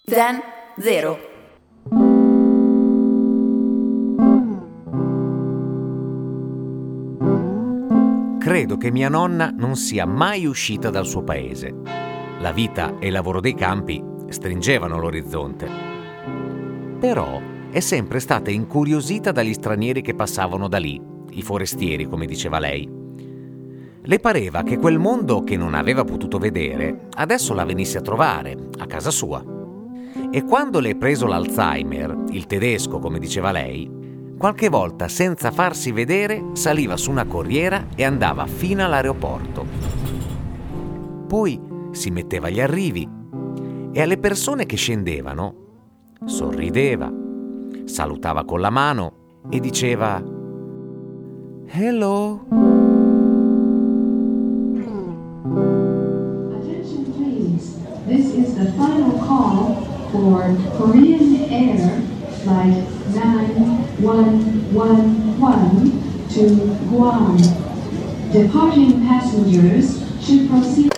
Zen Zero. Credo che mia nonna non sia mai uscita dal suo paese. La vita e il lavoro dei campi stringevano l'orizzonte. Però è sempre stata incuriosita dagli stranieri che passavano da lì, i forestieri, come diceva lei. Le pareva che quel mondo che non aveva potuto vedere adesso la venisse a trovare, a casa sua. E quando le è preso l'Alzheimer, il tedesco, come diceva lei, qualche volta, senza farsi vedere, saliva su una corriera e andava fino all'aeroporto. Poi si metteva agli arrivi e alle persone che scendevano sorrideva, salutava con la mano e diceva "Hello". Attention please, this is the final call for Korean Air Flight 9111 to Guam. Departing passengers should proceed